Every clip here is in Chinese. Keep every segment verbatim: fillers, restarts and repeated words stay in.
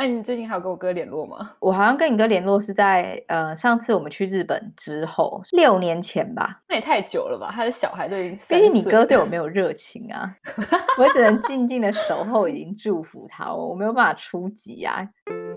哎、啊，你最近还有跟我哥联络吗？ 我好像跟你哥联络是在呃上次我们去日本之后，六年前吧。 那也太久了吧，他的小孩都已经毕三竟你哥对岁了。 我没有热情啊，我只能静静的守候，已经祝福他，我没有办法出击啊。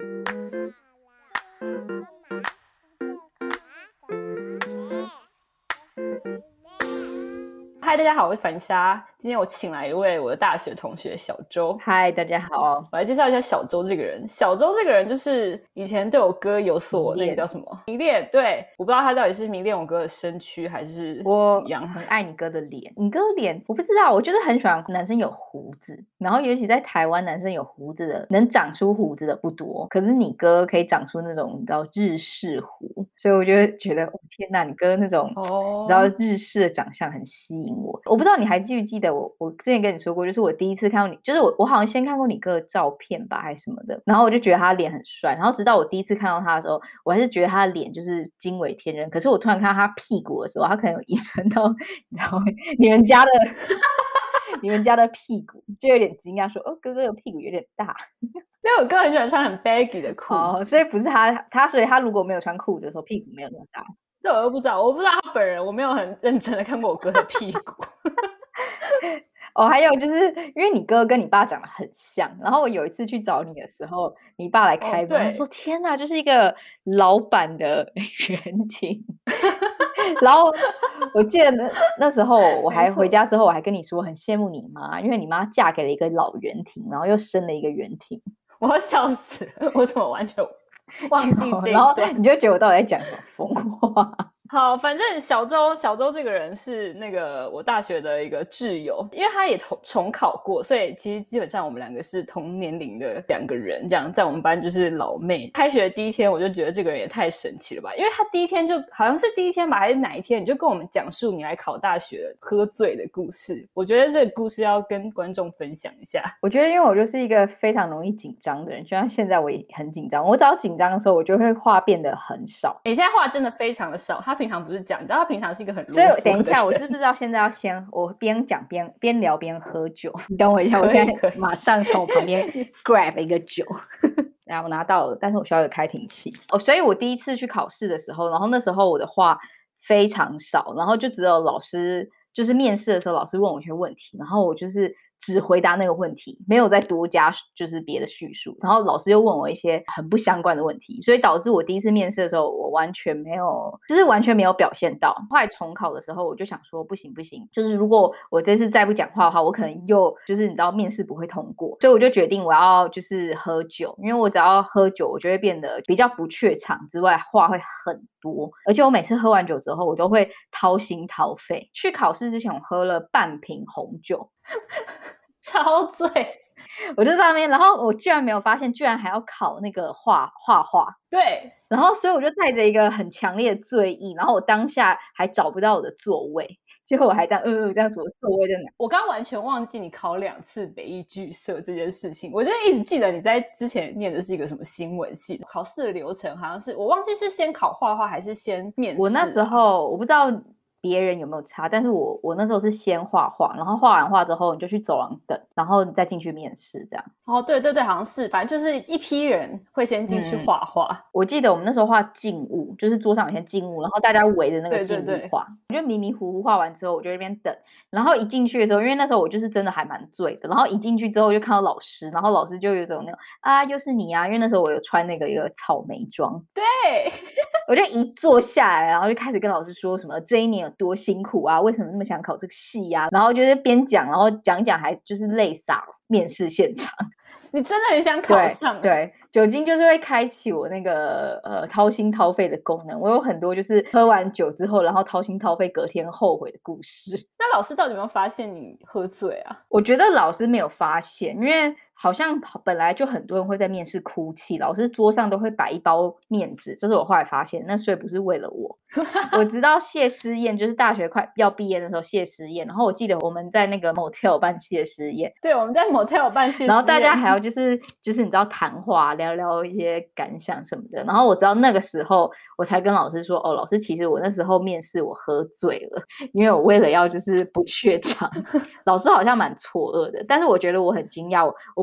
嗨，大家好，我是樊莎。今天我请来一位我的大学同学小周。 嗨，大家好。 我来介绍一下小周这个人。小周这个人就是以前对我哥有所那个叫什么迷恋，对，我不知道他到底是迷恋我哥的身躯还是怎么样。 我很爱你哥的脸，你哥的脸我不知道，我就是很喜欢男生有胡子，然后尤其在台湾，男生有胡子的能长出胡子的不多，可是你哥可以长出那种你知道日式胡，所以我就会觉得，哦天哪，你哥那种、哦、你知道日式的长相很吸引我。我不知道你还记不记得我，我之前跟你说过，就是我第一次看到你，就是我我好像先看过你哥的照片吧，还是什么的，然后我就觉得他脸很帅，然后直到我第一次看到他的时候，我还是觉得他的脸就是惊为天人。可是我突然看到他屁股的时候，他可能有遗传到你知道你们家的你们家的屁股，就有点惊讶说，哦，哥哥的屁股有点大。 因为我哥很喜欢穿很 baggy 的裤子， 哦，所以不是他他，所以他如果没有穿裤子的时候，屁股没有那么大。 这我又不知道，我不知道他本人，我没有很认真的看过我哥的屁股。 哦，还有就是因为你哥跟你爸长得很像，然后我有一次去找你的时候，你爸来开门，哦、他说天哪，就是一个老版的袁婷。然后我记得那那时候我还回家之后，我还跟你说很羡慕你妈，因为你妈嫁给了一个老袁婷，然后又生了一个袁婷。 我要笑死了，我怎么完全忘记这一段？ 然后你就觉得我到底在讲什么疯话？ 好，反正小周小周这个人是那个我大学的一个挚友，因为他也重重考过，所以其实基本上我们两个是同年龄的两个人，这样在我们班就是老妹。开学的第一天我就觉得这个人也太神奇了吧，因为他第一天就好像是第一天吧，还是哪一天，你就跟我们讲述你来考大学喝醉的故事。我觉得这个故事要跟观众分享一下。 我觉得因为我就是一个非常容易紧张的人，就像现在我也很紧张，我只要紧张的时候我就会话变得很少。 你现在话真的非常的少，他平常不是讲，你知道他平常是一个很啰嗦的人。 所以等一下，我是不是要现在要先我边讲边边聊边喝酒？你等我一下，我现在马上从我旁边 grab 一个酒。然后我拿到了，但是我需要有开瓶器哦。所以我第一次去考试的时候，然后那时候我的话非常少，然后就只有老师就是面试的时候，老师问我一些问题，然后我就是只回答那个问题，没有再多加就是别的叙述。然后老师又问我一些很不相关的问题，所以导致我第一次面试的时候，我完全没有，就是完全没有表现到。后来重考的时候，我就想说不行不行，就是如果我这次再不讲话的话，我可能又就是你知道面试不会通过，所以我就决定我要就是喝酒，因为我只要喝酒，我就会变得比较不怯场之外，话会很多，而且我每次喝完酒之后，我都会掏心掏肺。去考试之前，我喝了半瓶红酒。 超醉， 我就在那边，然后我居然没有发现，居然还要考那个画画画。 对， 然后所以我就带着一个很强烈的醉意，然后我当下还找不到我的座位，结果我还这样呃呃这样子，我的座位在哪？ 我刚完全忘记你考两次北艺剧社这件事情，我就一直记得你在之前念的是一个什么新闻系，考试的流程好像是我忘记是先考画画还是先面试、啊。 我那时候我不知道别人有没有差，但是我我那时候是先画画，然后画完画之后你就去走廊等，然后你再进去面试这样。 哦，对对对，好像是，反正就是一批人会先进去画画、嗯。 我记得我们那时候画静物，就是桌上有些静物，然后大家围着那个静物画。对对对，我就迷迷糊糊画完之后，我就在那边等，然后一进去的时候，因为那时候我就是真的还蛮醉的，然后一进去之后就看到老师，然后老师就有种那种啊又是你啊，因为那时候我有穿那个一个草莓装。 对。 我就一坐下来，然后就开始跟老师说什么这一年有多辛苦啊，为什么那么想考这个系啊，然后就是边讲，然后讲一讲还就是泪洒面试现场。 你真的很想考上。 对，对，酒精就是会开启我那个呃掏心掏肺的功能。我有很多就是喝完酒之后，然后掏心掏肺，隔天后悔的故事。 那老师到底有没有发现你喝醉啊？ 我觉得老师没有发现，因为好像本来就很多人会在面试哭泣，老师桌上都会摆一包面纸，这是我后来发现，那所以不是为了我。我直到谢师宴，就是大学快要毕业的时候谢师宴，然后我记得我们在那个 motel 办谢师宴。 对，我们在 motel 办谢师宴， 然后大家还要就是就是你知道谈话聊聊一些感想什么的，然后我知道那个时候我才跟老师说，哦，老师其实我那时候面试我喝醉了，因为我为了要就是不怯场。老师好像蛮错愕的，但是我觉得我很惊讶，我我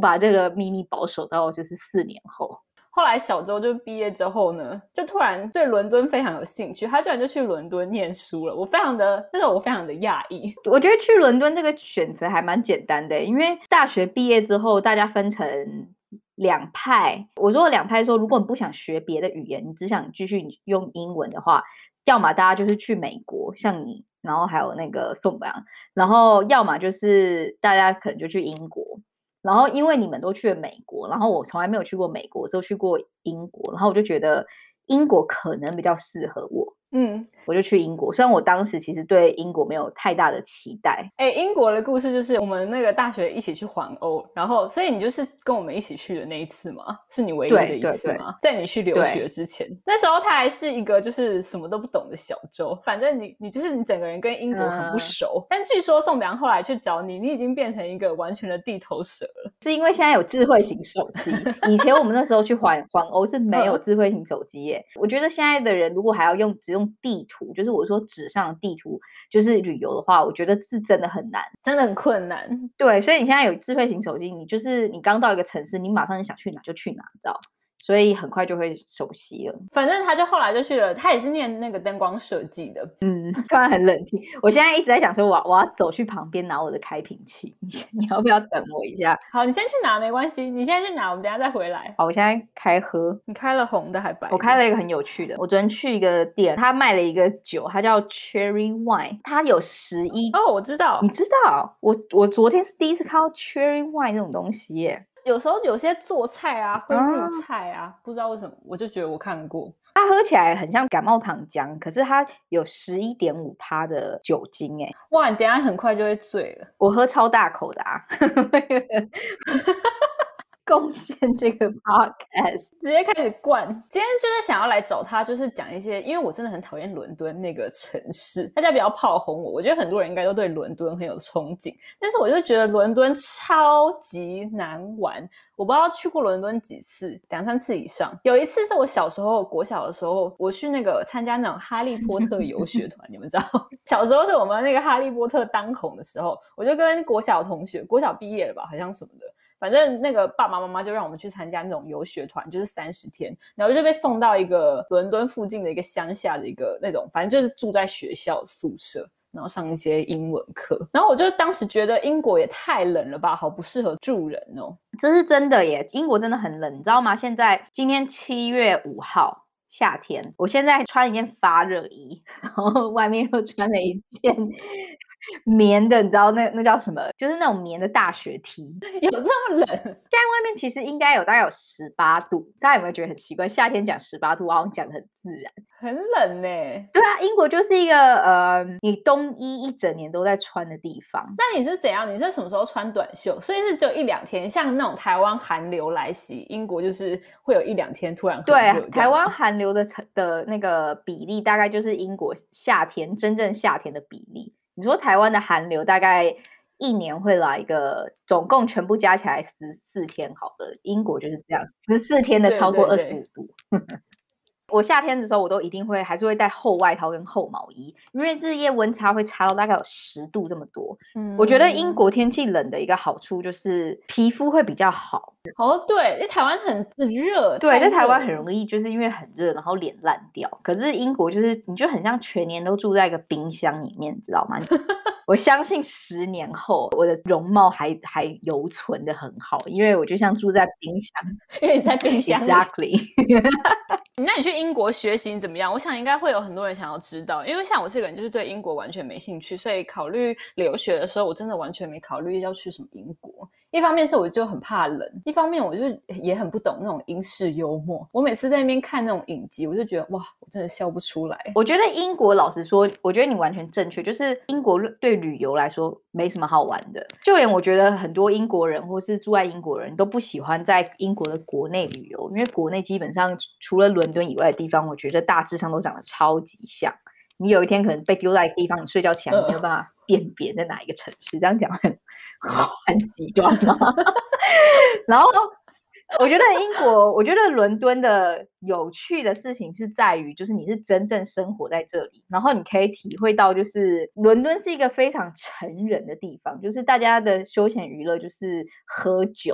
把这个秘密保守到就是四年后。 后来小周就毕业之后呢，就突然对伦敦非常有兴趣，他居然就去伦敦念书了。我非常的那时候我非常的讶异。 我觉得去伦敦这个选择还蛮简单的，因为大学毕业之后大家分成两派。我说的两派说，如果你不想学别的语言，你只想继续用英文的话，要么大家就是去美国，像你，然后还有那个宋博洋，然后要么就是大家可能就去英国。然后因为你们都去了美国，然后我从来没有去过美国，只有去过英国，然后我就觉得英国可能比较适合我。嗯，我就去英国。虽然我当时其实对英国没有太大的期待。 哎、欸，英国的故事就是我们那个大学一起去环欧，然后所以你就是跟我们一起去的那一次吗？是你唯一的一次吗？在你去留学之前，那时候他还是一个就是什么都不懂的小周，反正你你就是你整个人跟英国很不熟。嗯、但据说宋良后来去找你，你已经变成一个完全的地头蛇了。 是因为现在有智慧型手机，以前我们那时候去环环欧是没有智慧型手机耶。我觉得现在的人如果还要用只用地图，就是我说纸上的地图，就是旅游的话，我觉得是真的很难， 真的很困难。 对，所以你现在有智慧型手机，你就是你刚到一个城市，你马上就想去哪就去哪，你知道？所以很快就会熟悉了。 反正他就后来就去了，他也是念那个灯光设计的。 嗯，突然很冷静。我现在一直在想说我，我要走去旁边拿我的开瓶器，你要不要等我一下？ 好，你先去拿没关系，你现在去拿，我们等一下再回来。 好，我现在开喝。 你开了红的还白的？ 我开了一个很有趣的。我昨天去一个店，他卖了一个酒，它叫 Cherry Wine， 它有十一。 哦，我知道。 你知道？我我昨天是第一次看到 Cherry Wine 这种东西耶。 有时候有些做菜啊会入菜啊、嗯、不知道为什么我就觉得我看过。 它喝起来很像感冒糖浆，可是它有 百分之十一点五 的酒精耶。 哇，你等一下很快就会醉了。 我喝超大口的啊。贡献这个 podcast， 直接开始灌。今天就是想要来找他，就是讲一些，因为我真的很讨厌伦敦那个城市，大家不要炮轰我。我觉得很多人应该都对伦敦很有憧憬，但是我就觉得伦敦超级难玩。我不知道去过伦敦几次，两三次以上。有一次是我小时候国小的时候，我去那个参加那种哈利波特游学团，你们知道，小时候是我们那个哈利波特当红的时候，我就跟国小同学，国小毕业了吧，好像什么的。反正那个爸爸妈妈就让我们去参加那种游学团，就是三十天，然后就被送到一个伦敦附近的一个乡下的一个那种，反正就是住在学校宿舍，然后上一些英文课。然后我就当时觉得英国也太冷了吧，好不适合住人哦。 这是真的耶，英国真的很冷，你知道吗？现在今天七月五号，夏天，我现在穿一件发热衣，然后外面又穿了一件棉的，你知道那那叫什么？就是那种棉的大学 T。 有这么冷？现在外面其实应该有大概有十八度，大家有没有觉得很奇怪？夏天讲十八度，好像讲得很自然， 很冷呢、欸。 对啊，英国就是一个呃，你冬衣一整年都在穿的地方。 那你是怎样？你是什么时候穿短袖？所以是只有一两天，像那种台湾寒流来袭，英国就是会有一两天突然很热。 对，台湾寒流的的那个比例，大概就是英国夏天真正夏天的比例。你说台湾的寒流大概一年会来一个，总共全部加起来十四天，好的，英国就是这样，十四天的超过二十五度。对对对我夏天的时候，我都一定会还是会带厚外套跟厚毛衣，因为日夜温差会差到大概有十度这么多。嗯，我觉得英国天气冷的一个好处就是皮肤会比较好。 哦，对，因为台湾很热， 对，在台湾很容易就是因为很热，然后脸烂掉。可是英国就是你就很像全年都住在一个冰箱里面，知道吗？我相信十年后我的容貌还还犹存的很好，因为我就像住在冰箱， 因为你在冰箱里。 Exactly 那你去英国学习怎么样？我想应该会有很多人想要知道，因为像我这个人就是对英国完全没兴趣，所以考虑留学的时候，我真的完全没考虑要去什么英国。一方面是我就很怕冷，一方面我就也很不懂那种英式幽默。我每次在那边看那种影集，我就觉得哇，我真的笑不出来。 我觉得英国老实说，我觉得你完全正确，就是英国对旅游来说没什么好玩的。就连我觉得很多英国人或是住在英国人都不喜欢在英国的国内旅游，因为国内基本上除了伦敦以外的地方，我觉得大致上都长得超级像。你有一天可能被丢在地方，你睡觉起来你没有办法辨别在哪一个城市，这样讲很很极端吗？然后我觉得英国，我觉得伦敦的有趣的事情是在于，就是你是真正生活在这里，然后你可以体会到，就是伦敦是一个非常成人的地方，就是大家的休闲娱乐就是喝酒，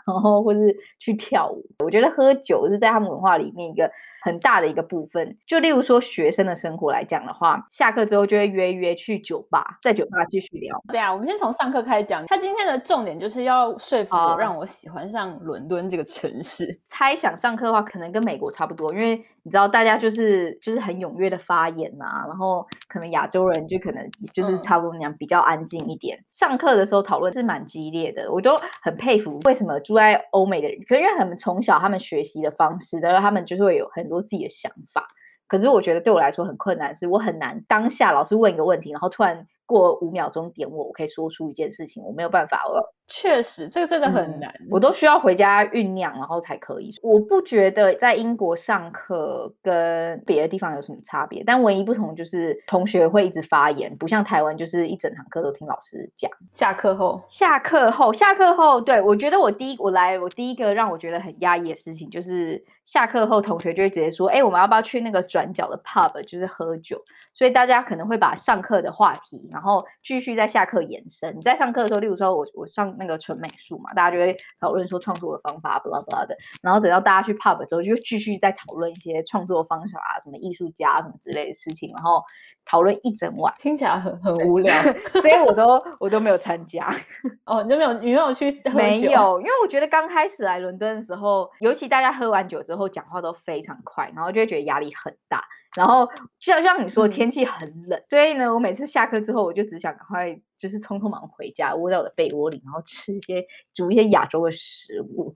然后或是去跳舞。我觉得喝酒是在他们文化里面一个很大的一个部分。就例如说学生的生活来讲的话，下课之后就会约约去酒吧，在酒吧继续聊。 对啊，我们先从上课开始讲。他今天的重点就是要说服我，让我喜欢上伦敦这个城市。 猜想上课的话，可能跟美国差不多，因为你知道大家就是就是很踊跃的发言啊，然后可能亚洲人就可能就是差不多那样，比较安静一点。嗯、上课的时候讨论是蛮激烈的，我都很佩服为什么住在欧美的人，可能因为他们从小他们学习的方式，然后他们就会有很多自己的想法。可是我觉得对我来说很困难，是我很难当下老师问一个问题，然后突然过五秒钟点我，我可以说出一件事情，我没有办法。我确实，这个真的很难、 嗯，我都需要回家酝酿，然后才可以。我不觉得在英国上课跟别的地方有什么差别，但唯一不同就是同学会一直发言，不像台湾就是一整堂课都听老师讲。 下课后， 下课后，下课后，对，我觉得我第一我来，我第一个让我觉得很压抑的事情就是下课后，同学就会直接说：“哎，我们要不要去那个转角的 pub， 就是喝酒？”所以大家可能会把上课的话题，然后继续在下课延伸。你在上课的时候，例如说我我上那个纯美术嘛，大家就会讨论说创作的方法，blah blah 的。然后等到大家去 pub 之后，就继续在讨论一些创作方法啊，什么艺术家什么之类的事情，然后讨论一整晚， 听起来很很无聊， 所以我都我都没有参加。 哦，你就没有你没有去喝酒？ 没有，因为我觉得刚开始来伦敦的时候，尤其大家喝完酒之后讲话都非常快，然后就会觉得压力很大。然后就像你说，天气很冷、嗯，所以呢，我每次下课之后，我就只想赶快就是匆匆忙回家，窝在我的被窝里，然后吃一些煮一些亚洲的食物。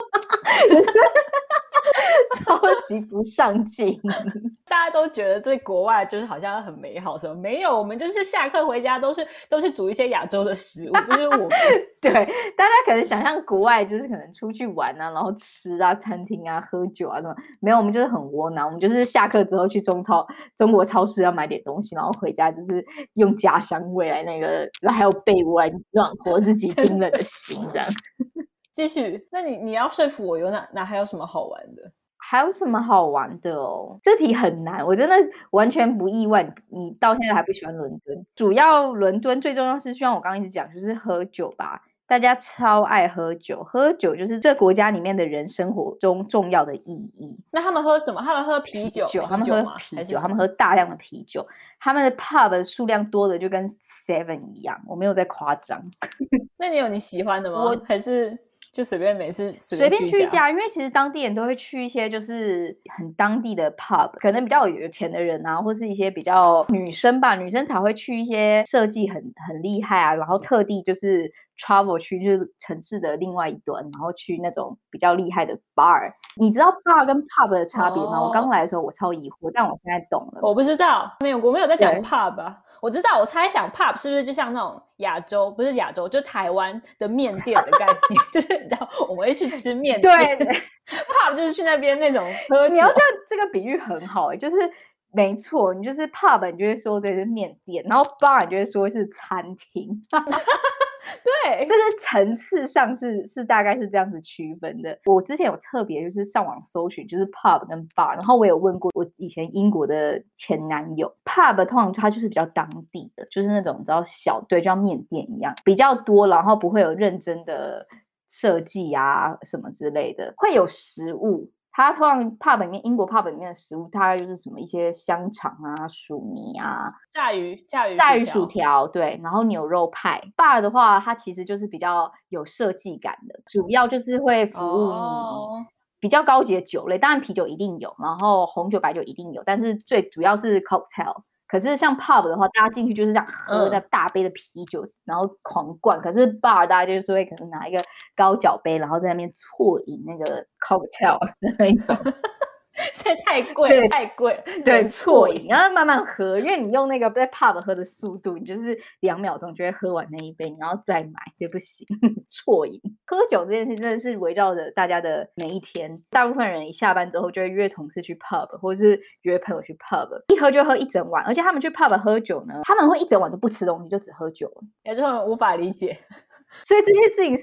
超级不上进， 大家都觉得在国外就是好像很美好，什么没有，我们就是下课回家都是都是煮一些亚洲的食物，就是我们对大家可能想象国外就是可能出去玩啊，然后吃啊，餐厅啊，喝酒啊什么，没有，我们就是很窝囊，我们就是下课之后去中超中国超市要买点东西，然后回家就是用家乡味来那个，然后还有被窝来暖和自己冰冷的心这样。 继续，那你你要说服我有哪哪还有什么好玩的？ 还有什么好玩的哦？这题很难，我真的完全不意外，你到现在还不喜欢伦敦。主要伦敦最重要是，像我刚刚一直讲，就是喝酒吧，大家超爱喝酒，喝酒就是这国家里面的人生活中重要的意义。 那他们喝什么？他们喝啤酒， 啤酒他们喝啤酒，他们喝大量的啤酒，他们的 pub 的数量多的就跟 seven 一样，我没有在夸张。 那你有你喜欢的吗？我还是就随便每次随便去一家，因为其实当地人都会去一些就是很当地的 pub， 可能比较有钱的人啊，或是一些比较女生吧，女生才会去一些设计很很厉害啊，然后特地就是 travel 去就是城市的另外一端，然后去那种比较厉害的 bar。你知道 bar 跟 pub 的差别吗？哦、我刚来的时候我超疑惑，但我现在懂了。 我不知道，没有，我没有在讲 pub 啊。我知道，我猜想 pub 是不是就像那种亚洲，不是亚洲，就台湾的面店的概念，就是你知道我们会去吃面店，对 ，pub 就是去那边那种喝酒。 你要这这个比喻很好、欸，就是没错，你就是 pub 你就会说这是面店，然后 bar 你就会说是餐厅。 对， 这是层次上是是大概是这样子区分的。我之前有特别就是上网搜寻，就是 pub 跟 bar， 然后我有问过我以前英国的前男友 ，pub 通常它就是比较当地的，就是那种你知道小对，就像面店一样比较多，然后不会有认真的设计啊什么之类的，会有食物。它通常 pub 里面，英国 pub 里面的食物大概就是什么一些香肠啊、薯泥啊、 炸鱼、炸鱼、 炸鱼薯条，对，然后牛肉派。bar 的话，它其实就是比较有设计感的，主要就是会服务你比较高级的酒类，当然啤酒一定有，然后红酒、白酒一定有，但是最主要是 cocktail。可是像 pub 的话，大家进去就是这样喝那大杯的啤酒，嗯、然后狂灌。可是 bar 大家就是会可能拿一个高脚杯，然后在那边啜饮那个 cocktail 的那一种。 这太贵，太贵， 对，啜饮，然后慢慢喝，因为你用那个在 pub 喝的速度，你就是两秒钟就会喝完那一杯，然后再买就不行。啜饮，喝酒这件事真的是围绕着大家的每一天。大部分人一下班之后就会约同事去 pub， 或者是约朋友去 pub， 一喝就喝一整晚。而且他们去 pub 喝酒呢，他们会一整晚都不吃东西，就只喝酒， 也就很无法理解。 所以这件事情是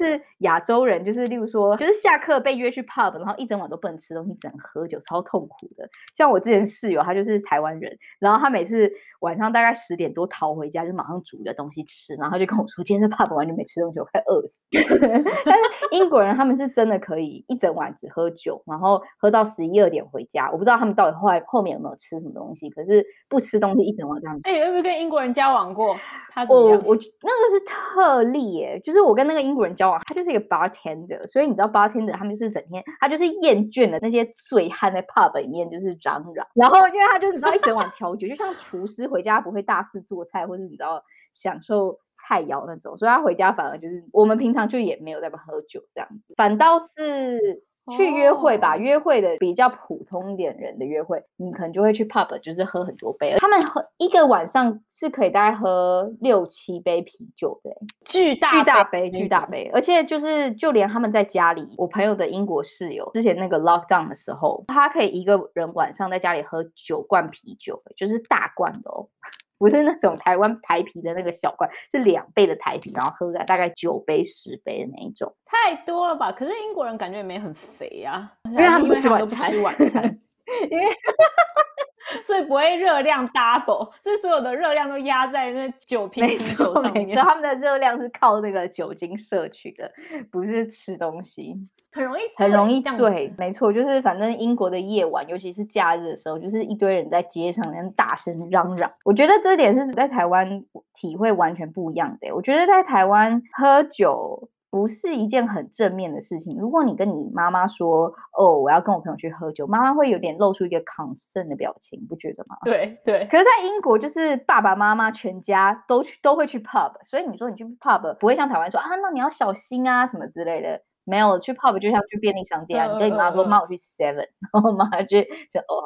亚洲人就是例如说就是下课被约去 pub， 然后一整晚都不能吃东西，只能喝酒，超痛苦的。像我之前室友他就是台湾人，然后他每次晚上大概十点多逃回家，就马上煮的东西吃，然后他就跟我说今天在 pub 完全没吃东西，我快饿死。但是英国人他们是真的可以一整晚只喝酒，然后喝到十一二点回家。我不知道他们到底后来后面有没有吃什么东西，可是不吃东西一整晚这样。 哎、欸，有没有跟英国人交往过？他怎么样？ 我我那个是特例耶，就是我跟那个英国人交往，他就是一个 bartender， 所以你知道 bartender 他们就是整天他就是厌倦了那些醉汉在 pub 里面就是嚷嚷，然后因为他就是你知道一整晚调酒，就像厨师回家不会大肆做菜，或是你知道享受菜肴那种，所以他回家反而就是我们平常就也没有在喝酒这样子，反倒是去约会吧， oh. 约会的比较普通一点人的约会，你可能就会去 pub， 就是喝很多杯。他们喝一个晚上是可以大概喝六七杯啤酒的， 巨大巨大杯，巨大杯。而且就是就连他们在家里，我朋友的英国室友之前那个 lockdown 的时候，他可以一个人晚上在家里喝九罐啤酒，就是大罐的哦。不是那种台湾台啤的那个小罐，是两倍的台啤，然后喝个大概九杯十杯的那一种， 太多了吧？可是英国人感觉也没很肥啊， 因为他们不吃晚餐，因为他们都不吃晚餐，因为所以不会热量 double， 就是所有的热量都压在那九瓶啤酒上面。 所以他们的热量是靠那个酒精摄取的，不是吃东西。 很容易很容易醉，没错，就是反正英国的夜晚，尤其是假日的时候，就是一堆人在街上那大声嚷嚷。我觉得这点是在台湾体会完全不一样的。我觉得在台湾喝酒不是一件很正面的事情。如果你跟你妈妈说哦我要跟我朋友去喝酒，妈妈会有点露出一个 concern 的表情，不觉得吗？ 对对。 可是在英国就是爸爸妈妈全家都去都会去 pub， 所以你说你去 pub 不会像台湾说啊那你要小心啊什么之类的，没有，去 pub 就像去便利商店啊，你跟你妈说妈我去 seven， 然后妈就就哦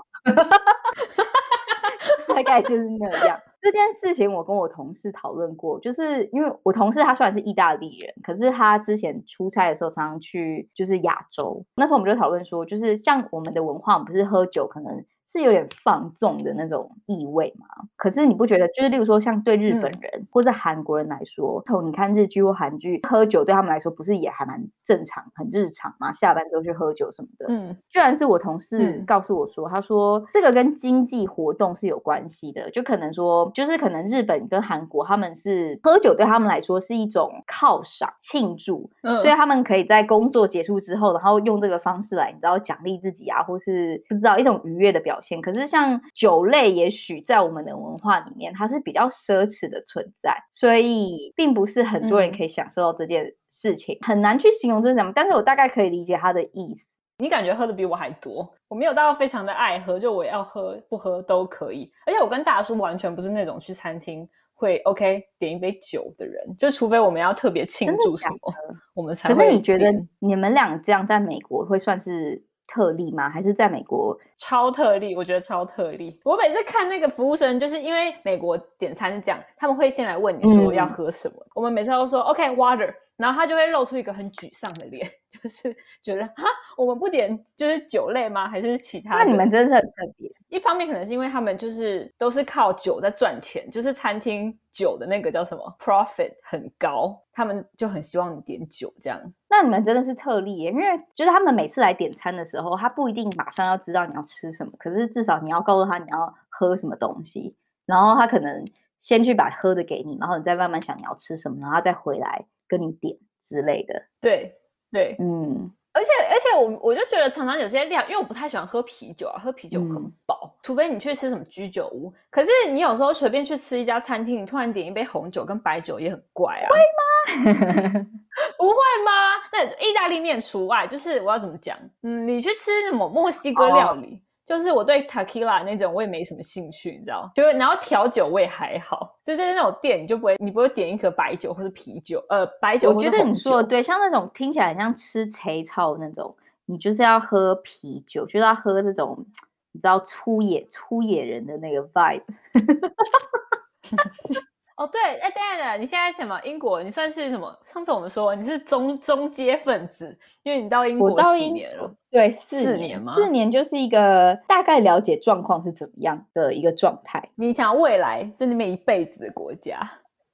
大概就是那样。这件事情我跟我同事讨论过，就是因为我同事他虽然是意大利人，可是他之前出差的时候常常去就是亚洲，那时候我们就讨论说，就是像我们的文化，我们不是喝酒可能是有点放纵的那种意味嘛，可是你不觉得就是例如说像对日本人、嗯、或是韩国人来说，从你看日剧或韩剧，喝酒对他们来说不是也还蛮正常很日常嘛，下班之后去喝酒什么的。嗯，居然是我同事告诉我说、嗯、他说这个跟经济活动是有关系的，就可能说就是可能日本跟韩国他们是喝酒对他们来说是一种犒赏庆祝、嗯、所以他们可以在工作结束之后然后用这个方式来你知道奖励自己啊，或是不知道一种愉悦的表现。可是像酒类也许在我们的文化里面它是比较奢侈的存在，所以并不是很多人可以享受到这件事情、嗯、很难去形容这是什么，但是我大概可以理解他的意思。 你感觉喝的比我还多，我没有到非常的爱喝，就我要喝不喝都可以，而且我跟大叔完全不是那种去餐厅会 OK 点一杯酒的人，就除非我们要特别庆祝什么我们才会。 可是你觉得你们俩这样在美国会算是特例吗？还是在美国超特例？我觉得超特例。我每次看那个服务生，就是因为美国点餐是这样，他们会先来问你说要喝什么、嗯、我们每次都说 OK water， 然后他就会露出一个很沮丧的脸，就是觉得哈我们不点就是酒类吗？还是其他的？ 那你们真的是很特别。 一方面可能是因为他们就是都是靠酒在赚钱，就是餐厅酒的那个叫什么 profit 很高，他们就很希望你点酒这样。 那你们真的是特例耶，因为就是他们每次来点餐的时候，他不一定马上要知道你要吃什么，可是至少你要告诉他你要喝什么东西，然后他可能先去把喝的给你，然后你再慢慢想你要吃什么，然后再回来跟你点之类的。 对对， 嗯， 而且而且我我就觉得常常有些量，因为我不太喜欢喝啤酒啊，喝啤酒很饱、嗯、除非你去吃什么居酒屋，可是你有时候随便去吃一家餐厅，你突然点一杯红酒跟白酒也很怪啊。 会吗？ 不会吗？那意大利面除外，就是我要怎么讲，嗯，你去吃什么墨西哥料理、oh.就是我对 tequila 那种我也没什么兴趣，你知道，就然后调酒我也还好，就在那种店你就不会你不会点一颗白酒或是啤酒呃白酒或是红酒。 我觉得你说的对，像那种听起来很像吃贼草那种，你就是要喝啤酒，就是要喝这种你知道粗野粗野人的那个 vibe 哦对，哎，等一下，你现在什么英国？你算是什么？上次我们说你是中中阶分子，因为你到英国几年了？ 对，四年， 四年吗？ 四年就是一个大概了解状况是怎么样的一个状态。 你想未来在那边一辈子的国家？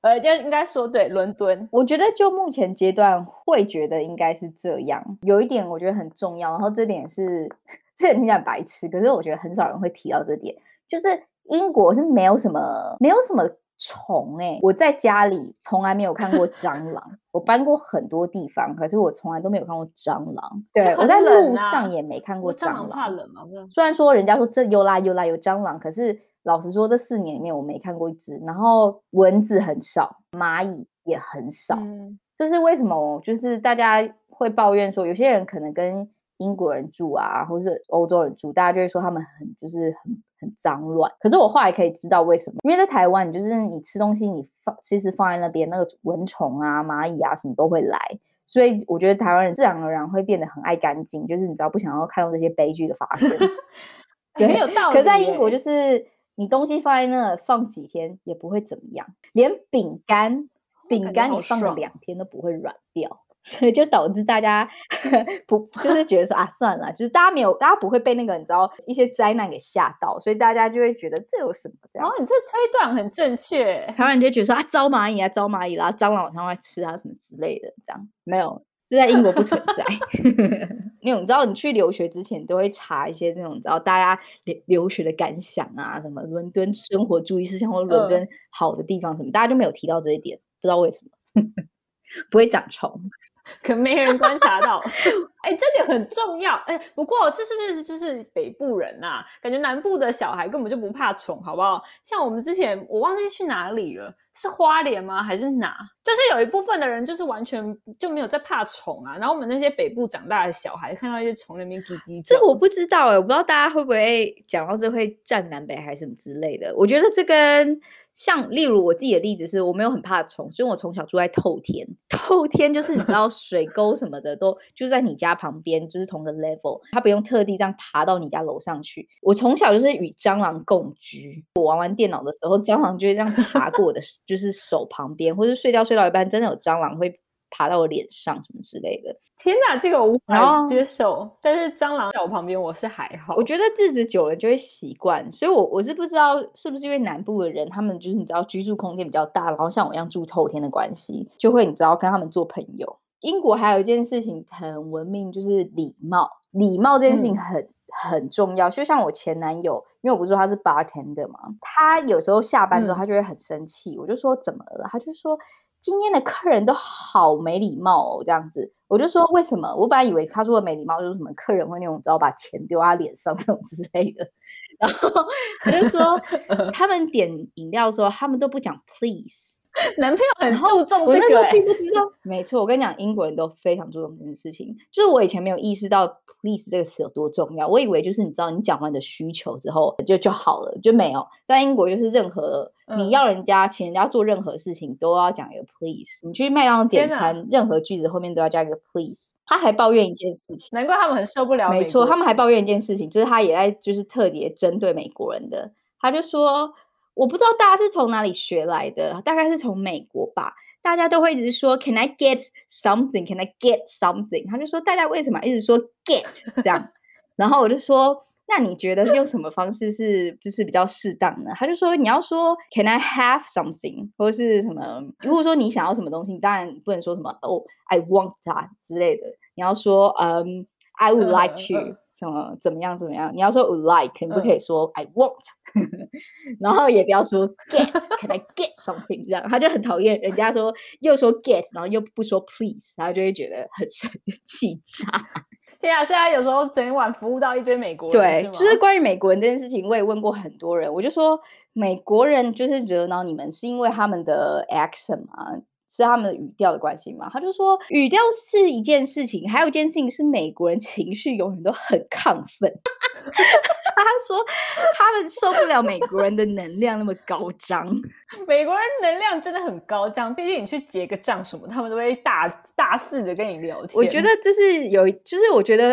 呃，就应该说对，伦敦。 我觉得就目前阶段会觉得应该是这样。有一点我觉得很重要，然后这点是这点听起来白痴，可是我觉得很少人会提到这点，就是英国是没有什么没有什么虫哎、欸，我在家里从来没有看过蟑螂，我搬过很多地方，可是我从来都没有看过蟑螂。对、 啊、 我在路上也没看过蟑螂。 蟑螂怕冷吗？ 虽然说人家说这有啦有啦有蟑螂，可是老实说这四年里面我没看过一只。然后蚊子很少，蚂蚁也很少。嗯，这是为什么？就是大家会抱怨说，有些人可能跟英国人住啊，或是欧洲人住，大家就会说他们很就是很很脏乱。可是我后来可以知道为什么，因为在台湾，就是你吃东西，你放其实放在那边，那个蚊虫啊、蚂蚁啊什么都会来。所以我觉得台湾人自然而然会变得很爱干净，就是你知道不想要看到这些悲剧的发生。 对，很有道理。 可是在英国就是你东西放在那放几天也不会怎么样，连饼干饼干你放了两天都不会软掉。所以就导致大家不就是觉得说啊算了，就是大家没有大家不会被那个你知道一些灾难给吓到，所以大家就会觉得这有什么这样。 哦，你这推断很正确。 台湾人就觉得说啊招蚂蚁啊招蚂蚁啦，蟑螂晚上会吃啊什么之类的，这样没有，这在英国不存在。那种你知道你去留学之前都会查一些那种你知道大家留学的感想啊，什么伦敦生活注意事项或伦敦好的地方什么、嗯、大家就没有提到这一点，不知道为什么。不会长虫。 可没人观察到。哎、欸，这点很重要。哎、欸，不过这是不是就是北部人啊？感觉南部的小孩根本就不怕虫，好不好？像我们之前我忘记去哪里了，是花莲吗？还是哪？就是有一部分的人就是完全就没有在怕虫啊。然后我们那些北部长大的小孩看到一些虫那边叽叽叫。 这我不知道哎、欸，我不知道大家会不会讲到这会站南北还是什么之类的。我觉得这跟像例如我自己的例子是我没有很怕虫，所以我从小住在透天。透天就是你知道水沟什么的都就在你家旁边，就是同个 level， 它不用特地这样爬到你家楼上去。我从小就是与蟑螂共居，我玩完电脑的时候蟑螂就会这样爬过我的就是手旁边，或是睡觉睡到一半真的有蟑螂会爬到我脸上什么之类的。 天哪，这个我无法接受。但是蟑螂在我旁边我是还好， 我觉得日子久了就会习惯。所以我我是不知道是不是因为南部的人他们就是你知道居住空间比较大，然后像我一样住透天的关系，就会你知道跟他们做朋友。英国还有一件事情很文明，就是礼貌。礼貌这件事情很、嗯、很重要。就像我前男友，因为我不是说他是 bartender 嘛，他有时候下班之后他就会很生气、嗯、我就说怎么了，他就说今天的客人都好没礼貌哦，这样子。我就说为什么？我本来以为他说的没礼貌就是什么客人会那种只要把钱丢他脸上这种之类的，然后他就说他们点饮料的时候他们都不讲 please。 男朋友很注重这个、欸、 我那时候并不知道。没错，我跟你讲，英国人都非常注重这件事情。就是我以前没有意识到 please 这个词有多重要，我以为就是你知道你讲完你的需求之后就就好了，就没有。在英国就是任何、嗯、你要人家请人家做任何事情都要讲一个 please。你去麦当劳点餐，任何句子后面都要加一个 please。他还抱怨一件事情， 难怪他们很受不了美国。 没错，他们还抱怨一件事情，就是他也在就是特别针对美国人的。他就说我不知道大家是从哪里学来的，大概是从美国吧。大家都会一直说 Can I get something? Can I get something? 他就说大家为什么一直说 get 这样？然后我就说那你觉得用什么方式是就是比较适当呢？他就说你要说 Can I have something? 或是什么，如果说你想要什么东西，你当然不能说什么哦 I want that 之类的，你要说嗯、um, I would like to 什么怎么样怎么样，你要说 would like， 你不可以说 I want。然后也不要说 get Can I get something 这样，他就很讨厌人家说又说 get 然后又不说 please， 他就会觉得很生气炸。 天啊，现在有时候整晚服务到一堆美国人。 对，就是关于美国人这件事情我也问过很多人，我就说美国人就是惹恼你们是因为他们的 accent 吗？是他们的语调的关系吗？他就说语调是一件事情，还有一件事情是美国人情绪永远都很亢奋。他说他们受不了美国人的能量那么高涨。 美国人能量真的很高涨，毕竟你去结个账什么他们都会大大肆的跟你聊天。 我觉得这是有就是我觉得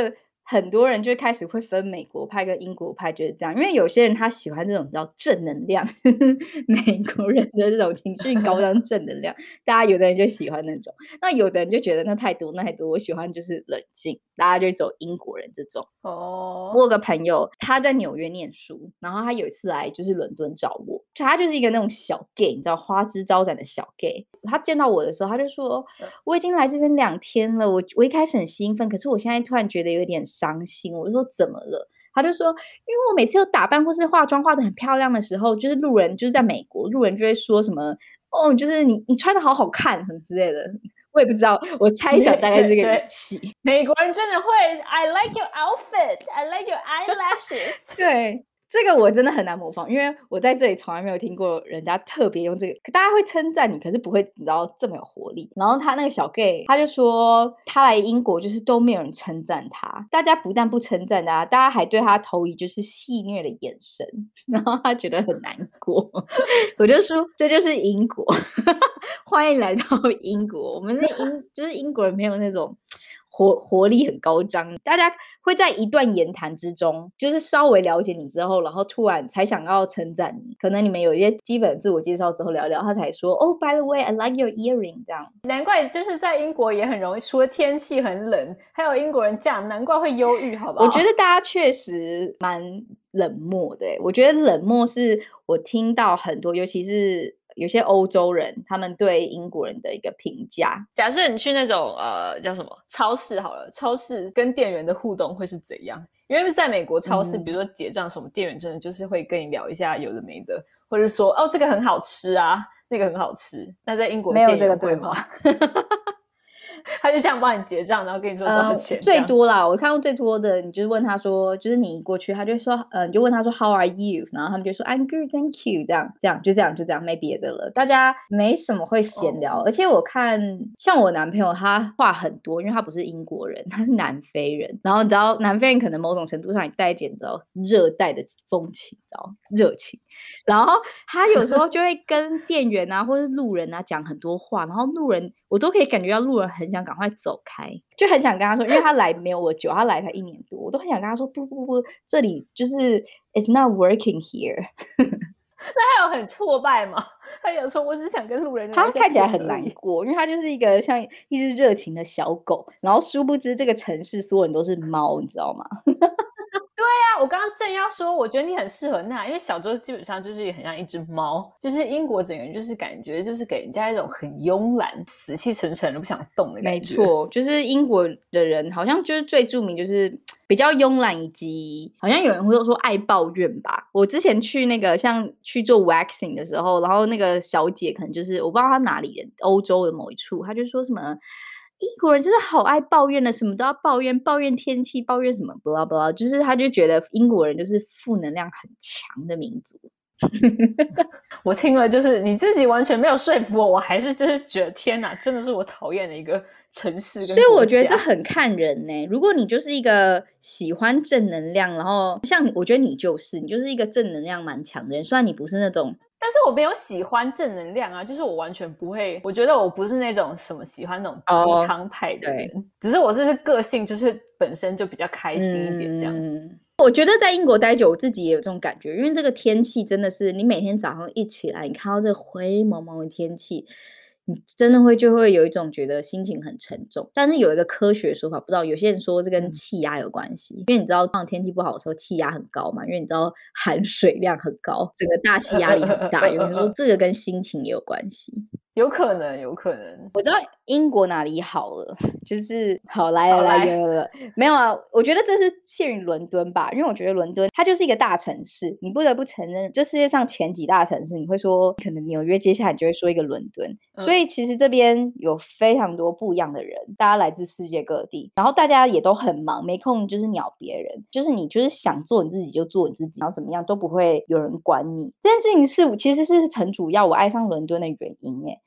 很多人就开始会分美国派跟英国派，就是这样。因为有些人他喜欢这种叫正能量，美国人的这种情绪高涨正能量，大家有的人就喜欢那种，那有的人就觉得那太多那太多，我喜欢就是冷静，大家就走英国人这种。哦，我有个朋友他在纽约念书，然后他有一次来就是伦敦找我，就他就是一个那种小 gay， 你知道花枝招展的小 gay。他见到我的时候他就说，我已经来这边两天了，我我一开始很兴奋，可是我现在突然觉得有点伤心。我就说怎么了？他就说，因为我每次有打扮或是化妆化得很漂亮的时候，就是路人就是在美国路人就会说什么，哦，就是你你穿得好好看什么之类的。我也不知道，我猜想大概这个语气。 美国人真的会 I like your outfit, I like your eyelashes 对，这个我真的很难模仿，因为我在这里从来没有听过人家特别用这个，可大家会称赞你，可是不会你知道这么有活力。然后他那个小 gay 他就说他来英国就是都没有人称赞他，大家不但不称赞他，大家还对他投以就是戏谑的眼神，然后他觉得很难过。我就说这就是英国欢迎来到英国，我们的英就是英国人没有那种活活力很高涨，大家会在一段言谈之中就是稍微了解你之后，然后突然才想要称赞你，可能你们有一些基本自我介绍之后聊聊，他才说哦 by the way I like your earring 这样。 难怪就是在英国也很容易，除了天气很冷还有英国人这样，难怪会忧郁好不好？ 我觉得大家确实蛮冷漠的，我觉得冷漠是我听到很多尤其是有些欧洲人他们对英国人的一个评价。 假设你去那种呃叫什么超市好了，超市跟店员的互动会是怎样？因为在美国超市、嗯、比如说结账什么，店员真的就是会跟你聊一下有的没的，或者说哦这个很好吃啊，那个很好吃。那在英国没有这个对话他就这样帮你结账，然后跟你说多少钱、呃、 最多啦，我看过最多的你就是问他说，就是你一过去他就说呃，你就问他说 How are you， 然后他们就说 I'm good thank you， 这样这样就这样就这样没别的了，大家没什么会闲聊、哦、而且我看像我男朋友他话很多，因为他不是英国人，他是南非人，然后你知道南非人可能某种程度上也带一点你知道热带的风情，你知道热情，然后他有时候就会跟店员啊或是路人啊讲很多话，然后路人我都可以感觉到路人很想赶快走开，就很想跟他说，因为他来没有我久，他来才一年多，我都很想跟他说不不不，这里就是 it's not working here 那他有很挫败吗？他有说我只想跟路人他看起来很难过，因为他就是一个像一只热情的小狗，然后殊不知这个城市所有人都是猫，你知道吗对啊，我刚刚正要说我觉得你很适合那，因为小周基本上就是很像一只猫，就是英国整个人就是感觉就是给人家一种很慵懒死气沉沉的不想动的感觉。 没错，就是英国的人好像就是最著名就是比较慵懒，以及好像有人会说爱抱怨吧。我之前去那个像去做 waxing 的时候，然后那个小姐可能就是我不知道她哪里人，欧洲的某一处，她就说什么英国人真的好爱抱怨的，什么都要抱怨，抱怨天气，抱怨什么 blah blah， 就是他就觉得英国人就是负能量很强的民族我听了就是你自己完全没有说服我，我还是就是觉得天哪，真的是我讨厌的一个城市跟国家。 所以我觉得这很看人呢、欸。如果你就是一个喜欢正能量，然后像我觉得你就是你就是一个正能量蛮强的人，虽然你不是那种， 但是我没有喜欢正能量啊，就是我完全不会，我觉得我不是那种什么喜欢那种鸡汤派的人、oh, 只是我这是个性就是本身就比较开心一点这样、嗯， 我觉得在英国待久我自己也有这种感觉，因为这个天气真的是你每天早上一起来你看到这灰蒙蒙的天气，你真的会就会有一种觉得心情很沉重。但是有一个科学说法，不知道有些人说这跟气压有关系、嗯、因为你知道当天气不好的时候气压很高嘛，因为你知道含水量很高，整个大气压力很大有人说这个跟心情也有关系。 有可能有可能我知道英国哪里好了，就是好来了来了没有啊，我觉得这是限于伦敦吧，因为我觉得伦敦它就是一个大城市，你不得不承认这世界上前几大城市你会说可能纽约，接下来你就会说一个伦敦、嗯、所以其实这边有非常多不一样的人，大家来自世界各地，然后大家也都很忙，没空就是鸟别人，就是你就是想做你自己就做你自己，然后怎么样都不会有人管你，这件事情是其实是很主要我爱上伦敦的原因耶。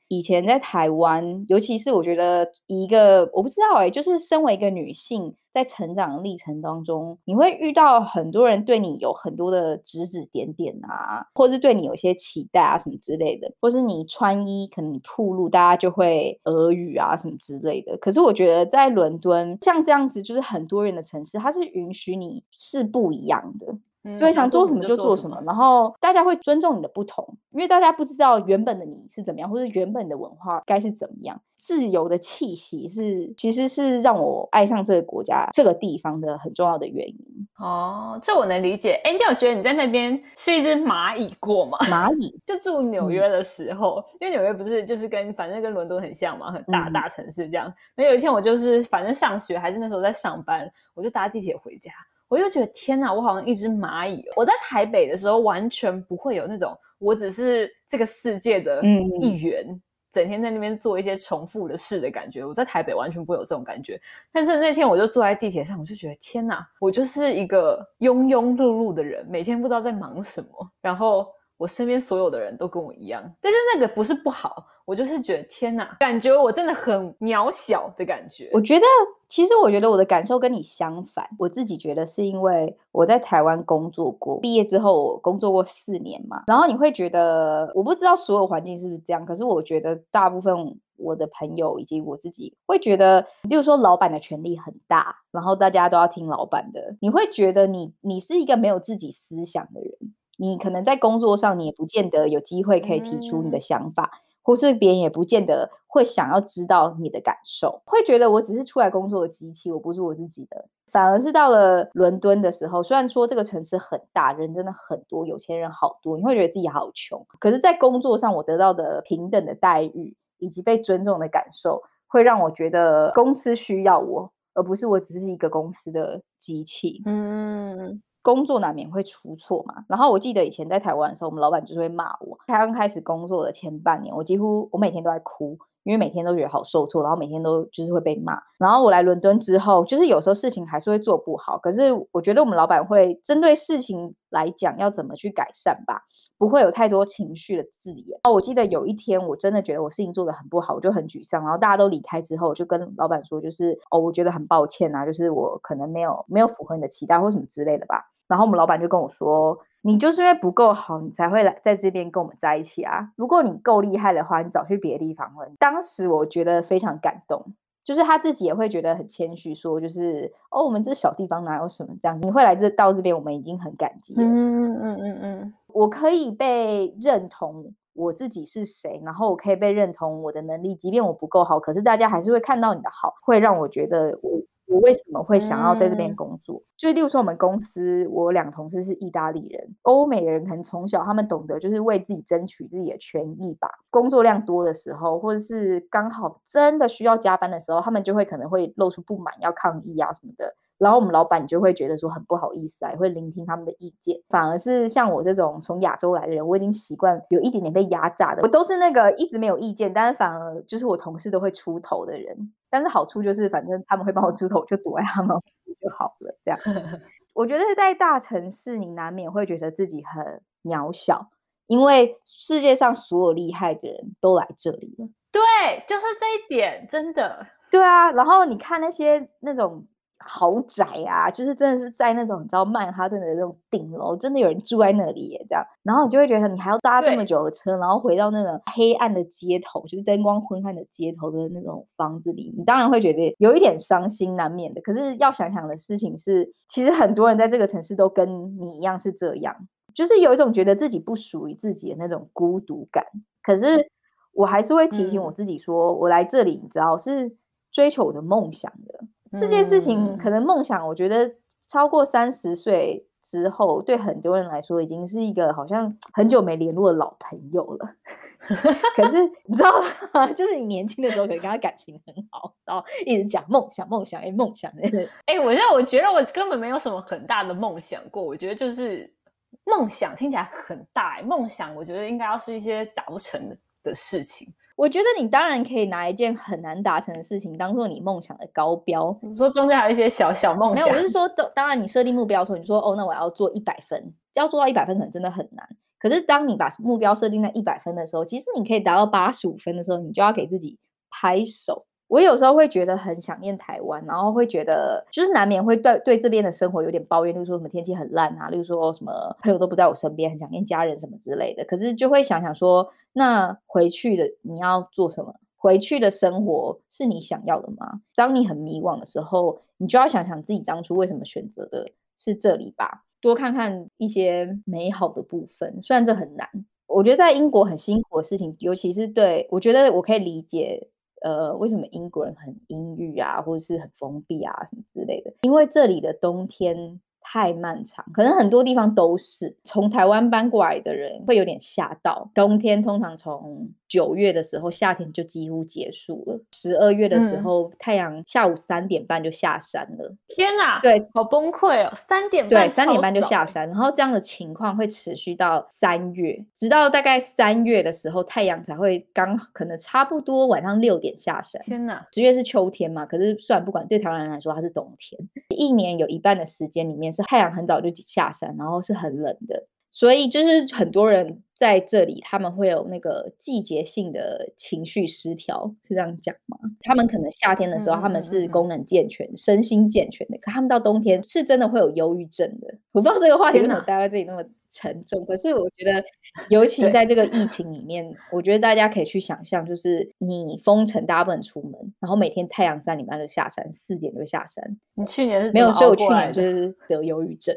以前在台湾，尤其是我觉得一个我不知道哎、欸，就是身为一个女性在成长的历程当中，你会遇到很多人对你有很多的指指点点啊，或是对你有一些期待啊什么之类的，或是你穿衣可能你暴露，大家就会耳语啊什么之类的。可是我觉得在伦敦像这样子就是很多元的城市，它是允许你是不一样的，对，想做什么就做什么，然后大家会尊重你的不同，因为大家不知道原本的你是怎么样，或者原本的文化该是怎么样。自由的气息是其实是让我爱上这个国家这个地方的很重要的原因。 哦，这我能理解。哎，你有觉得你在那边是一只蚂蚁过吗？ 蚂蚁就住纽约的时候、嗯、因为纽约不是就是跟反正跟伦敦很像嘛，很大、嗯、大城市这样。那有一天我就是反正上学还是那时候在上班，我就搭地铁回家，我就觉得天哪，我好像一只蚂蚁、哦、我在台北的时候完全不会有那种我只是这个世界的一员、嗯、整天在那边做一些重复的事的感觉，我在台北完全不会有这种感觉。但是那天我就坐在地铁上，我就觉得天哪，我就是一个庸庸碌碌的人，每天不知道在忙什么，然后我身边所有的人都跟我一样。但是那个不是不好，我就是觉得天哪，感觉我真的很渺小的感觉。 我觉得其实我觉得我的感受跟你相反，我自己觉得是因为我在台湾工作过，毕业之后我工作过四年嘛，然后你会觉得，我不知道所有环境是不是这样，可是我觉得大部分我的朋友以及我自己会觉得，例如说老板的权力很大，然后大家都要听老板的，你会觉得你你是一个没有自己思想的人，你可能在工作上你也不见得有机会可以提出你的想法、嗯，或是别人也不见得会想要知道你的感受，会觉得我只是出来工作的机器，我不是我自己的。反而是到了伦敦的时候，虽然说这个城市很大，人真的很多，有钱人好多，你会觉得自己好穷，可是在工作上我得到的平等的待遇以及被尊重的感受，会让我觉得公司需要我，而不是我只是一个公司的机器。嗯，工作难免会出错嘛，然后我记得以前在台湾的时候，我们老板就是会骂我。刚开始工作的前半年，我几乎我每天都在哭，因为每天都觉得好受挫，然后每天都就是会被骂。然后我来伦敦之后，就是有时候事情还是会做不好，可是我觉得我们老板会针对事情来讲要怎么去改善吧，不会有太多情绪的字眼。我记得有一天我真的觉得我事情做得很不好，我就很沮丧，然后大家都离开之后，我就跟老板说，就是哦，我觉得很抱歉啊，就是我可能没有没有符合你的期待或什么之类的吧。然后我们老板就跟我说，你就是因为不够好，你才会来在这边跟我们在一起啊，如果你够厉害的话，你早去别的地方了。当时我觉得非常感动，就是他自己也会觉得很谦虚，说就是哦，我们这小地方哪有什么这样，你会来这到这边，我们已经很感激了。嗯嗯嗯嗯，我可以被认同我自己是谁，然后我可以被认同我的能力，即便我不够好，可是大家还是会看到你的好，会让我觉得我我为什么会想要在这边工作、嗯、就例如说我们公司，我两个同事是意大利人，欧美的人可能从小他们懂得就是为自己争取自己的权益吧，工作量多的时候，或者是刚好真的需要加班的时候，他们就会可能会露出不满，要抗议啊什么的，然后我们老板就会觉得说很不好意思啊，也会聆听他们的意见。反而是像我这种从亚洲来的人，我已经习惯有一点点被压榨的，我都是那个一直没有意见，但是反而就是我同事都会出头的人。但是好处就是反正他们会帮我出头，我就躲在他们就好了这样。我觉得在大城市你难免会觉得自己很渺小，因为世界上所有厉害的人都来这里了。 对，就是这一点，真的。 对啊，然后你看那些那种豪宅啊，就是真的是在那种你知道曼哈顿的那种顶楼，真的有人住在那里耶这样，然后你就会觉得你还要搭这么久的车，然后回到那种黑暗的街头，就是灯光昏暗的街头的那种房子里，你当然会觉得有一点伤心难免的。可是要想想的事情是，其实很多人在这个城市都跟你一样是这样，就是有一种觉得自己不属于自己的那种孤独感。可是我还是会提醒我自己说、嗯、我来这里你知道是追求我的梦想的。这件事情可能梦想我觉得超过三十岁之后对很多人来说已经是一个好像很久没联络的老朋友了可是你知道吗，就是你年轻的时候可能跟他感情很好，然后一直讲梦想梦想哎梦想哎，我现在我觉得我根本没有什么很大的梦想过，我觉得就是梦想听起来很大，梦想我觉得应该要是一些达不成的的事情。 我觉得你当然可以拿一件很难达成的事情当做你梦想的高标。 你说中间还有一些小小梦想？ 没有，我是说当然你设定目标的时候，你说哦那我要做一百分，要做到一百分可能真的很难， 可是当你把目标设定在一百分的时候，其实你可以达到八十五分的时候，你就要给自己拍手。我有时候会觉得很想念台湾，然后会觉得就是难免会对对这边的生活有点抱怨，例如说什么天气很烂啊，例如说什么朋友都不在我身边，很想念家人什么之类的。可是就会想想说，那回去的你要做什么？回去的生活是你想要的吗？当你很迷惘的时候，你就要想想自己当初为什么选择的是这里吧，多看看一些美好的部分，虽然这很难。我觉得在英国很辛苦的事情，尤其是对我觉得我可以理解呃，为什么英国人很阴郁啊，或者是很封闭啊什么之类的，因为这里的冬天太漫长，可能很多地方都是。从台湾搬过来的人会有点吓到，冬天通常从九月的时候，夏天就几乎结束了。十二月的时候，嗯、太阳下午三点半就下山了。 天哪， 对， 好崩溃哦！三点半， 对，三点半就下山，然后这样的情况会持续到三月，直到大概三月的时候，太阳才会刚可能差不多晚上六点下山。 天哪， 十月是秋天嘛，可是算不管，对台湾人来说它是冬天，一年有一半的时间里面是太阳很早就下山，然后是很冷的。所以就是很多人在这里他们会有那个季节性的情绪失调，是这样讲吗？他们可能夏天的时候他们是功能健全、嗯嗯嗯嗯身心健全的，可他们到冬天是真的会有忧郁症的。我不知道这个话题为什么待在这里那么沉重，可是我觉得尤其在这个疫情里面我觉得大家可以去想象，就是你封城大家不能出门，然后每天太阳三点半就下山，四点就下山。 你去年是没有，所以我去年就是得忧郁症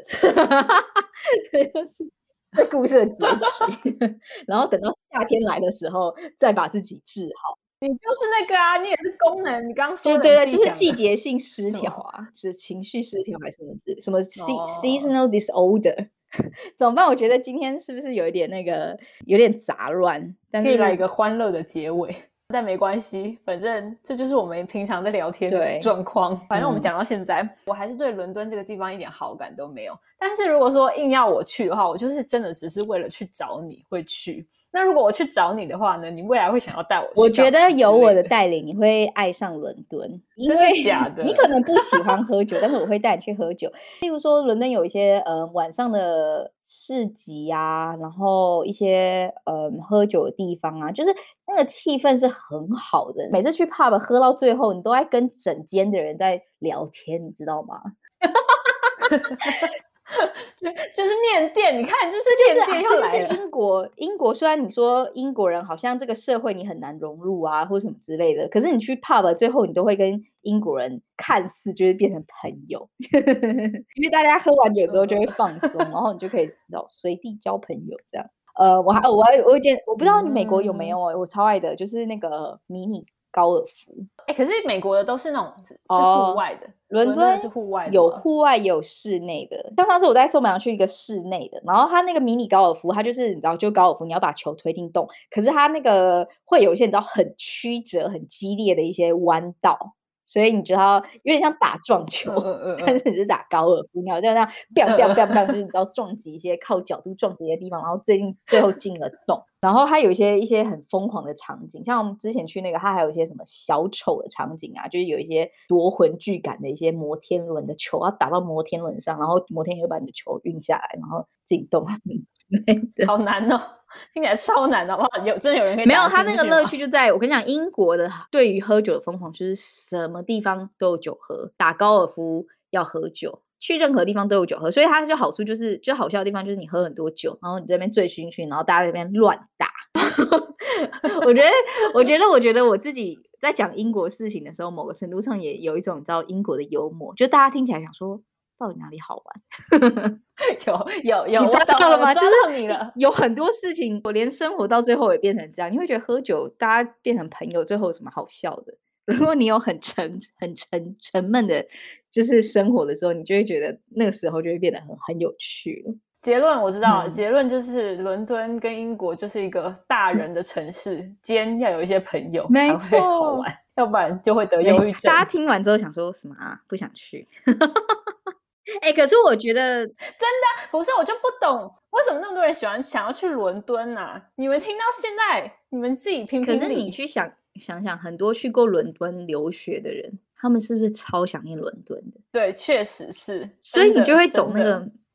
这故事的结局然后等到夏天来的时候再把自己治好。 你就是那个啊，你也是功能，你刚刚说的， 对对对，就是季节性失调啊，是情绪失调还是什么字？什么 seasonal disorder？怎么办？我觉得今天是不是有一点那个有点杂乱？但是可以来一个欢乐的结尾。但没关系，反正这就是我们平常在聊天的状况。反正我们讲到现在、嗯、我还是对伦敦这个地方一点好感都没有。但是如果说硬要我去的话，我就是真的只是为了去找你会去。那如果我去找你的话呢，你未来会想要带我去？ 我觉得有我的带领你会爱上伦敦。因为真的假的？ 你可能不喜欢喝酒但是我会带你去喝酒。例如说伦敦有一些呃晚上的市集啊，然后一些呃喝酒的地方啊，就是那个气氛是很好的。每次去 pub 喝到最后你都在跟整间的人在聊天，你知道吗？ 就, 就是面店，你看就是面店又来了。 这就是英国，英国虽然你说英国人好像这个社会你很难融入啊，或什么之类的，可是你去 pub 最后你都会跟英国人看似就是变成朋友，因为大家喝完酒之后就会放松，然后你就可以随地交朋友这样。呃，我还我还我有件我不知道你美国有没有、嗯、我超爱的就是那个迷你高尔夫。 哎、欸，可是美国的都是那种是户外的，伦、哦、敦是户外的， 有户外也有室内的。像上次我在松板去一个室内的，然后它那个迷你高尔夫，它就是你知道，就高尔夫你要把球推进洞，可是它那个会有一些你知道很曲折、很激烈的一些弯道。所以你知道有点像打撞球、嗯嗯嗯、但是你是打高尔夫，你好像这样 biang biang biang biang 就是你知道撞击一些靠角度撞击一些地方，然后最近最后进了洞。然后它有一些一些很疯狂的场景，像我们之前去那个它还有一些什么小丑的场景啊，就是有一些夺魂锯感的一些摩天轮的球要打到摩天轮上，然后摩天轮又把你的球运下来，然后进洞之类的。 好难哦，听起来超难的，好不好？有真的有人可以打？ 没有，他那个乐趣就在我跟你讲，英国的对于喝酒的疯狂就是什么地方都有酒喝，打高尔夫要喝酒，去任何地方都有酒喝，所以它就好处就是就好笑的地方就是你喝很多酒，然后你这边醉醺醺，然后大家在那边乱打。我觉得我觉得我觉得我自己在讲英国事情的时候，某个程度上也有一种你知道英国的幽默，就大家听起来想说到底哪里好玩。 有有有， 你抓到了吗？ 就是有很多事情我连生活到最后也变成这样，你会觉得喝酒大家变成朋友最后有什么好笑的？如果你有很沉很沉沉闷的就是生活的时候，你就会觉得那个时候就会变得很很有趣了。 结论我知道、嗯、结论就是伦敦跟英国就是一个大人的城市，兼要有一些朋友才会好玩，要不然就会得忧郁症。 大家听完之后想说什么啊？不想去。哎、欸，可是我觉得真的不是，我就不懂为什么那么多人喜欢想要去伦敦啊？你们听到现在，你们自己评评理。 可是你去想想想，很多去过伦敦留学的人，他们是不是超想念伦敦的？ 对，确实是。 所以你就会懂那个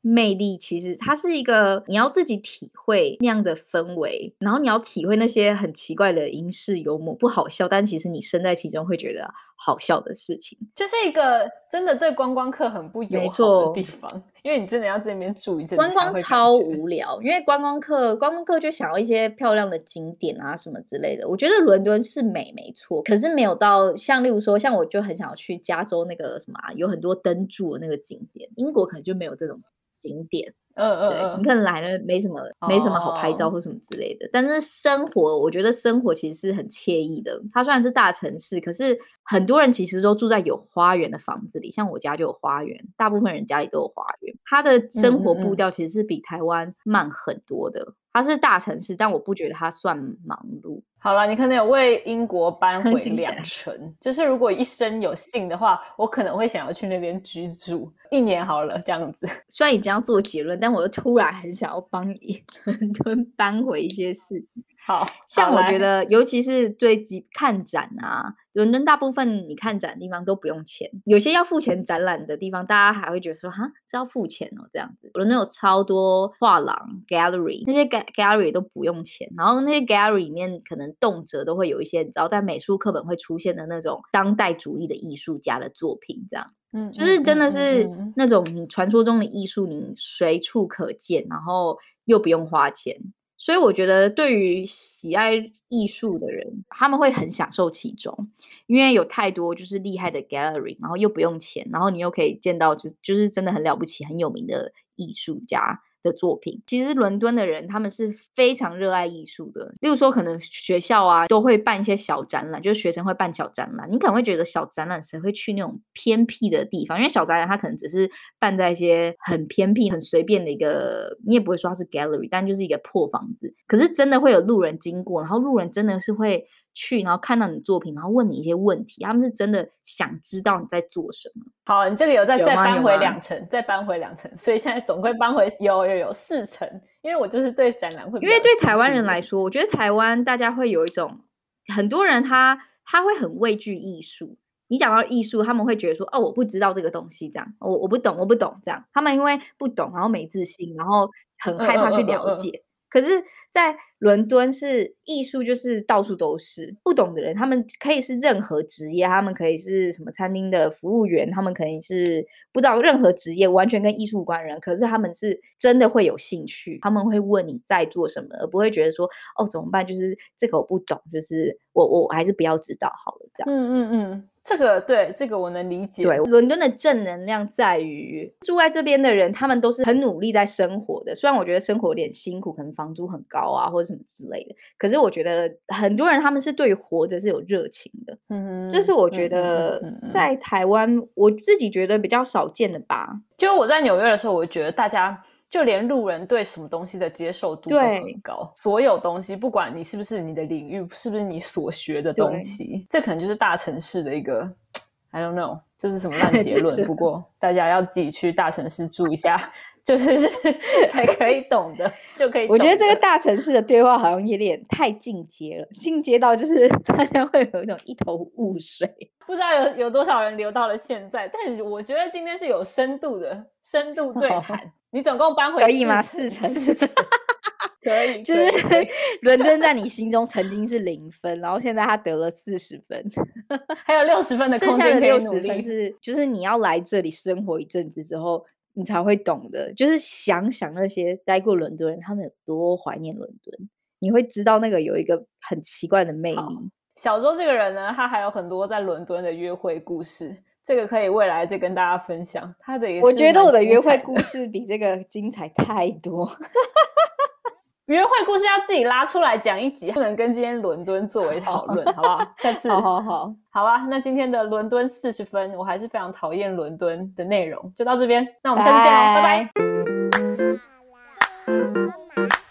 魅力其实它是一个你要自己体会那样的氛围，然后你要体会那些很奇怪的英式幽默，不好笑，但其实你身在其中会觉得好笑的事情， 就是一个真的对观光客很不友好的地方，因为你真的要在那边住一阵子， 观光超无聊，因为观光客观光客就想要一些漂亮的景点啊什么之类的。我觉得伦敦是美没错，可是没有到像例如说像我就很想要去加州那个什么、啊、有很多灯柱的那个景点，英国可能就没有这种景点。 嗯嗯对，你可能来了没什么没什么好拍照或什么之类的，但是生活我觉得生活其实是很惬意的。它虽然是大城市，可是很多人其实都住在有花园的房子里，像我家就有花园，大部分人家里都有花园。它的生活步调其实是比台湾慢很多的。嗯嗯嗯，它是大城市，但我不觉得它算忙碌。 好啦，你可能有为英国搬回两成，就是如果一生有幸的话，我可能会想要去那边居住一年好了，这样子。 虽然已经要做结论，但我又突然很想要帮你伦敦搬回一些事情。 好， 像我觉得，尤其是对看展啊，伦敦大部分你看展的地方都不用钱，有些要付钱展览的地方，大家还会觉得说，哈，这要付钱哦，这样子。伦敦有超多画廊 gallery， 那些 gallery 都不用钱，然后那些 gallery 里面可能动辄都会有一些，你知道，在美术课本会出现的那种当代主义的艺术家的作品，这样。嗯，就是真的是那种你传说中的艺术，你随处可见，然后又不用花钱。所以我觉得对于喜爱艺术的人，他们会很享受其中，因为有太多就是厉害的 gallery， 然后又不用钱，然后你又可以见到就是就是真的很了不起很有名的艺术家的作品。其实伦敦的人他们是非常热爱艺术的，例如说可能学校啊都会办一些小展览，就是学生会办小展览，你可能会觉得小展览谁会去那种偏僻的地方，因为小展览它可能只是办在一些很偏僻很随便的一个，你也不会说它是 gallery， 但就是一个破房子，可是真的会有路人经过，然后路人真的是会去，然后看到你作品，然后问你一些问题，他们是真的想知道你在做什么。 好，你这个有再再搬回两成，再搬回两成，所以现在总归搬回有有有四成，因为我就是对展览会比较， 因为对台湾人来说，我觉得台湾大家会有一种，很多人他他会很畏惧艺术。你讲到艺术，他们会觉得说，哦，我不知道这个东西，这样，我我不懂，我不懂，这样。他们因为不懂，然后没自信，然后很害怕去了解。嗯嗯嗯嗯，可是在伦敦是艺术就是到处都是，不懂的人他们可以是任何职业，他们可以是什么餐厅的服务员，他们可以是不知道任何职业完全跟艺术无关的人，可是他们是真的会有兴趣，他们会问你在做什么，而不会觉得说哦怎么办，就是这个我不懂，就是我我还是不要知道好了这样。 嗯嗯嗯，这个对，这个我能理解。 对，伦敦的正能量在于住在这边的人他们都是很努力在生活的，虽然我觉得生活有点辛苦，可能房租很高啊或者什么之类的，可是我觉得很多人他们是对于活着是有热情的。嗯，这是我觉得在台湾我自己觉得比较少见的吧。 就我在纽约的时候，我觉得大家就连路人对什么东西的接受度都很高，所有东西不管你是不是你的领域，是不是你所学的东西，这可能就是大城市的一个 I don't know 这是什么烂结论不过大家要自己去大城市住一下就是才可以懂的就可以懂的。 我觉得这个大城市的对话好像有点太进阶了，进阶到就是大家会有一种一头雾水， 不知道有有多少人留到了现在，但我觉得今天是有深度的深度对谈。你总共搬回可以吗？四成四成可以， 就是伦敦在你心中曾经是零分，然后现在他得了四十分， 还有六十分的空间可以努力。剩下的六十分是，就是你要来这里生活一阵子之后，你才会懂的。就是想想那些待过伦敦人，他们有多怀念伦敦，你会知道那个有一个很奇怪的魅力。 小周这个人呢，他还有很多在伦敦的约会故事。这个可以未来再跟大家分享，他的也是我觉得我的约会故事比这个精彩太多。 约会故事要自己拉出来讲一集，不能跟今天伦敦作为讨论，好不好？下次好好好， 好啊。那今天的伦敦四十分，我还是非常讨厌伦敦的内容，就到这边。那我们下次见喽，拜拜。